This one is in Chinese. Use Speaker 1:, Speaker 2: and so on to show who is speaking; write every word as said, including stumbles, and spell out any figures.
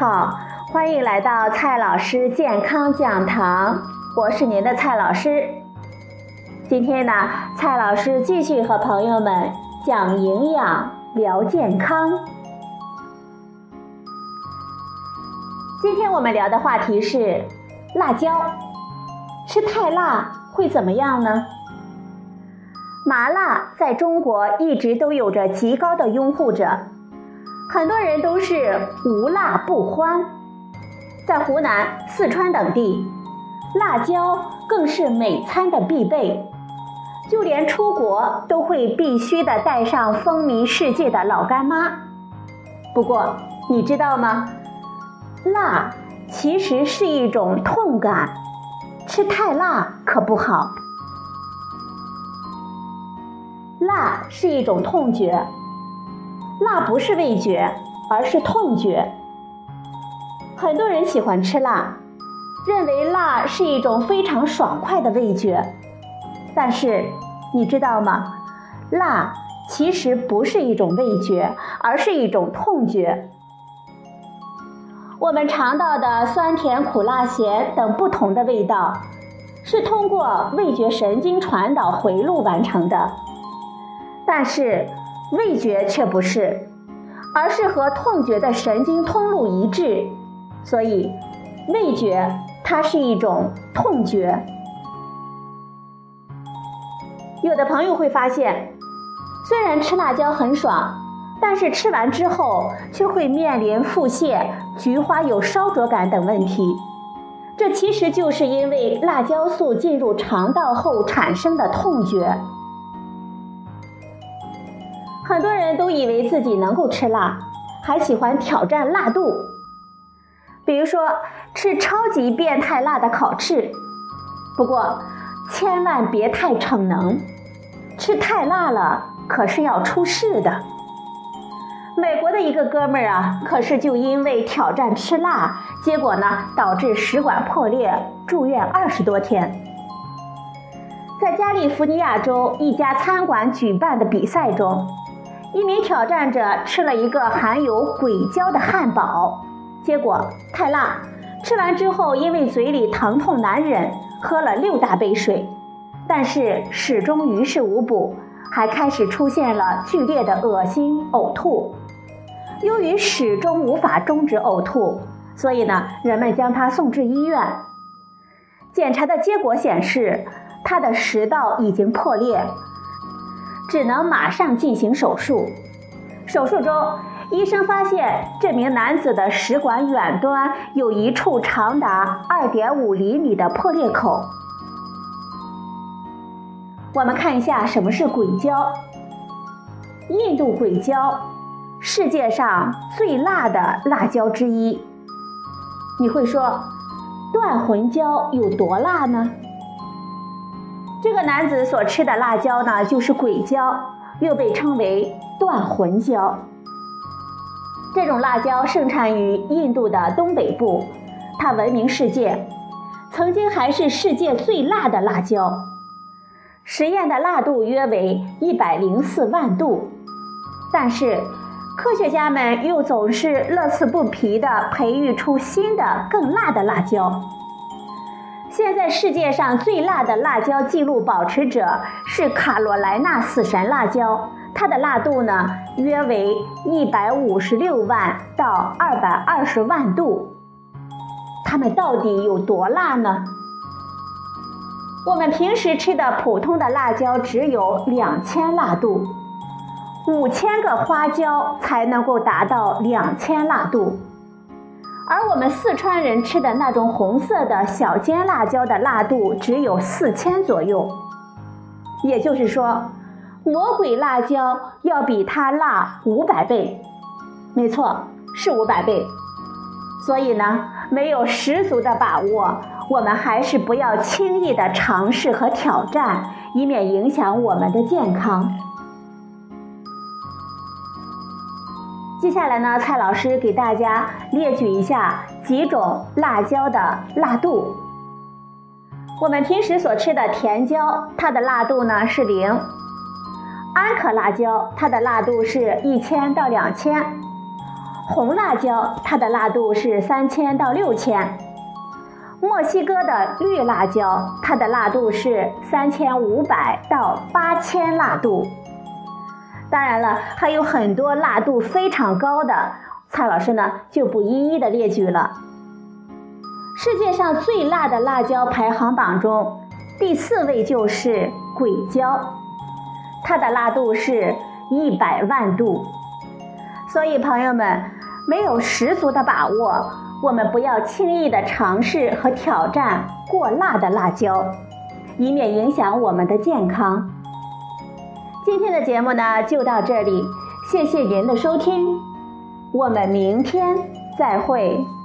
Speaker 1: 好，欢迎来到蔡老师健康讲堂，我是您的蔡老师。今天呢，蔡老师继续和朋友们讲营养聊健康。今天我们聊的话题是辣椒，吃太辣会怎么样呢？麻辣在中国一直都有着极高的拥护者，很多人都是无辣不欢。在湖南、四川等地，辣椒更是每餐的必备，就连出国都会必须的带上风靡世界的老干妈。不过你知道吗？辣其实是一种痛感，吃太辣可不好。辣是一种痛觉，辣不是味觉，而是痛觉。很多人喜欢吃辣，认为辣是一种非常爽快的味觉。但是你知道吗？辣其实不是一种味觉，而是一种痛觉。我们尝到的酸甜苦辣咸等不同的味道，是通过味觉神经传导回路完成的。但是味觉却不是，而是和痛觉的神经通路一致，所以味觉它是一种痛觉。有的朋友会发现，虽然吃辣椒很爽，但是吃完之后却会面临腹泻、菊花有烧灼感等问题。这其实就是因为辣椒素进入肠道后产生的痛觉。很多人都以为自己能够吃辣，还喜欢挑战辣度，比如说吃超级变态辣的烤翅。不过千万别太逞能，吃太辣了可是要出事的。美国的一个哥们儿啊，可是就因为挑战吃辣，结果呢导致食管破裂，住院二十多天。在加利福尼亚州一家餐馆举办的比赛中，一名挑战者吃了一个含有鬼椒的汉堡，结果太辣，吃完之后因为嘴里疼痛难忍，喝了六大杯水，但是始终于事无补，还开始出现了剧烈的恶心、呕吐。由于始终无法终止呕吐，所以呢，人们将他送至医院。检查的结果显示，他的食道已经破裂，只能马上进行手术。手术中，医生发现这名男子的食管远端有一处长达 二点五厘米的破裂口。我们看一下什么是鬼椒。印度鬼椒，世界上最辣的辣椒之一。你会说，断魂椒有多辣呢？这个男子所吃的辣椒呢，就是鬼椒，又被称为断魂椒。这种辣椒盛产于印度的东北部，它闻名世界，曾经还是世界最辣的辣椒。实验的辣度约为一百零四万度，但是科学家们又总是乐此不疲地培育出新的更辣的辣椒。现在世界上最辣的辣椒纪录保持者是卡罗莱纳死神辣椒，它的辣度呢约为一百五十六万到二百二十万度。它们到底有多辣呢？我们平时吃的普通的辣椒只有两千辣度，五千个花椒才能够达到两千辣度。而我们四川人吃的那种红色的小尖辣椒的辣度只有四千左右，也就是说，魔鬼辣椒要比它辣五百倍。没错，是五百倍。所以呢，没有十足的把握，我们还是不要轻易的尝试和挑战，以免影响我们的健康。接下来呢，蔡老师给大家列举一下几种辣椒的辣度。我们平时所吃的甜椒，它的辣度呢是零；安可辣椒，它的辣度是一千到两千； 红辣椒它的辣度是三千到六千，墨西哥的绿辣椒它的辣度是三千五百到八千辣度。当然了，还有很多辣度非常高的，蔡老师呢就不一一的列举了。世界上最辣的辣椒排行榜中，第四位就是鬼椒，它的辣度是一百万度。所以朋友们，没有十足的把握，我们不要轻易的尝试和挑战过辣的辣椒，以免影响我们的健康。今天的节目呢就到这里，谢谢您的收听，我们明天再会。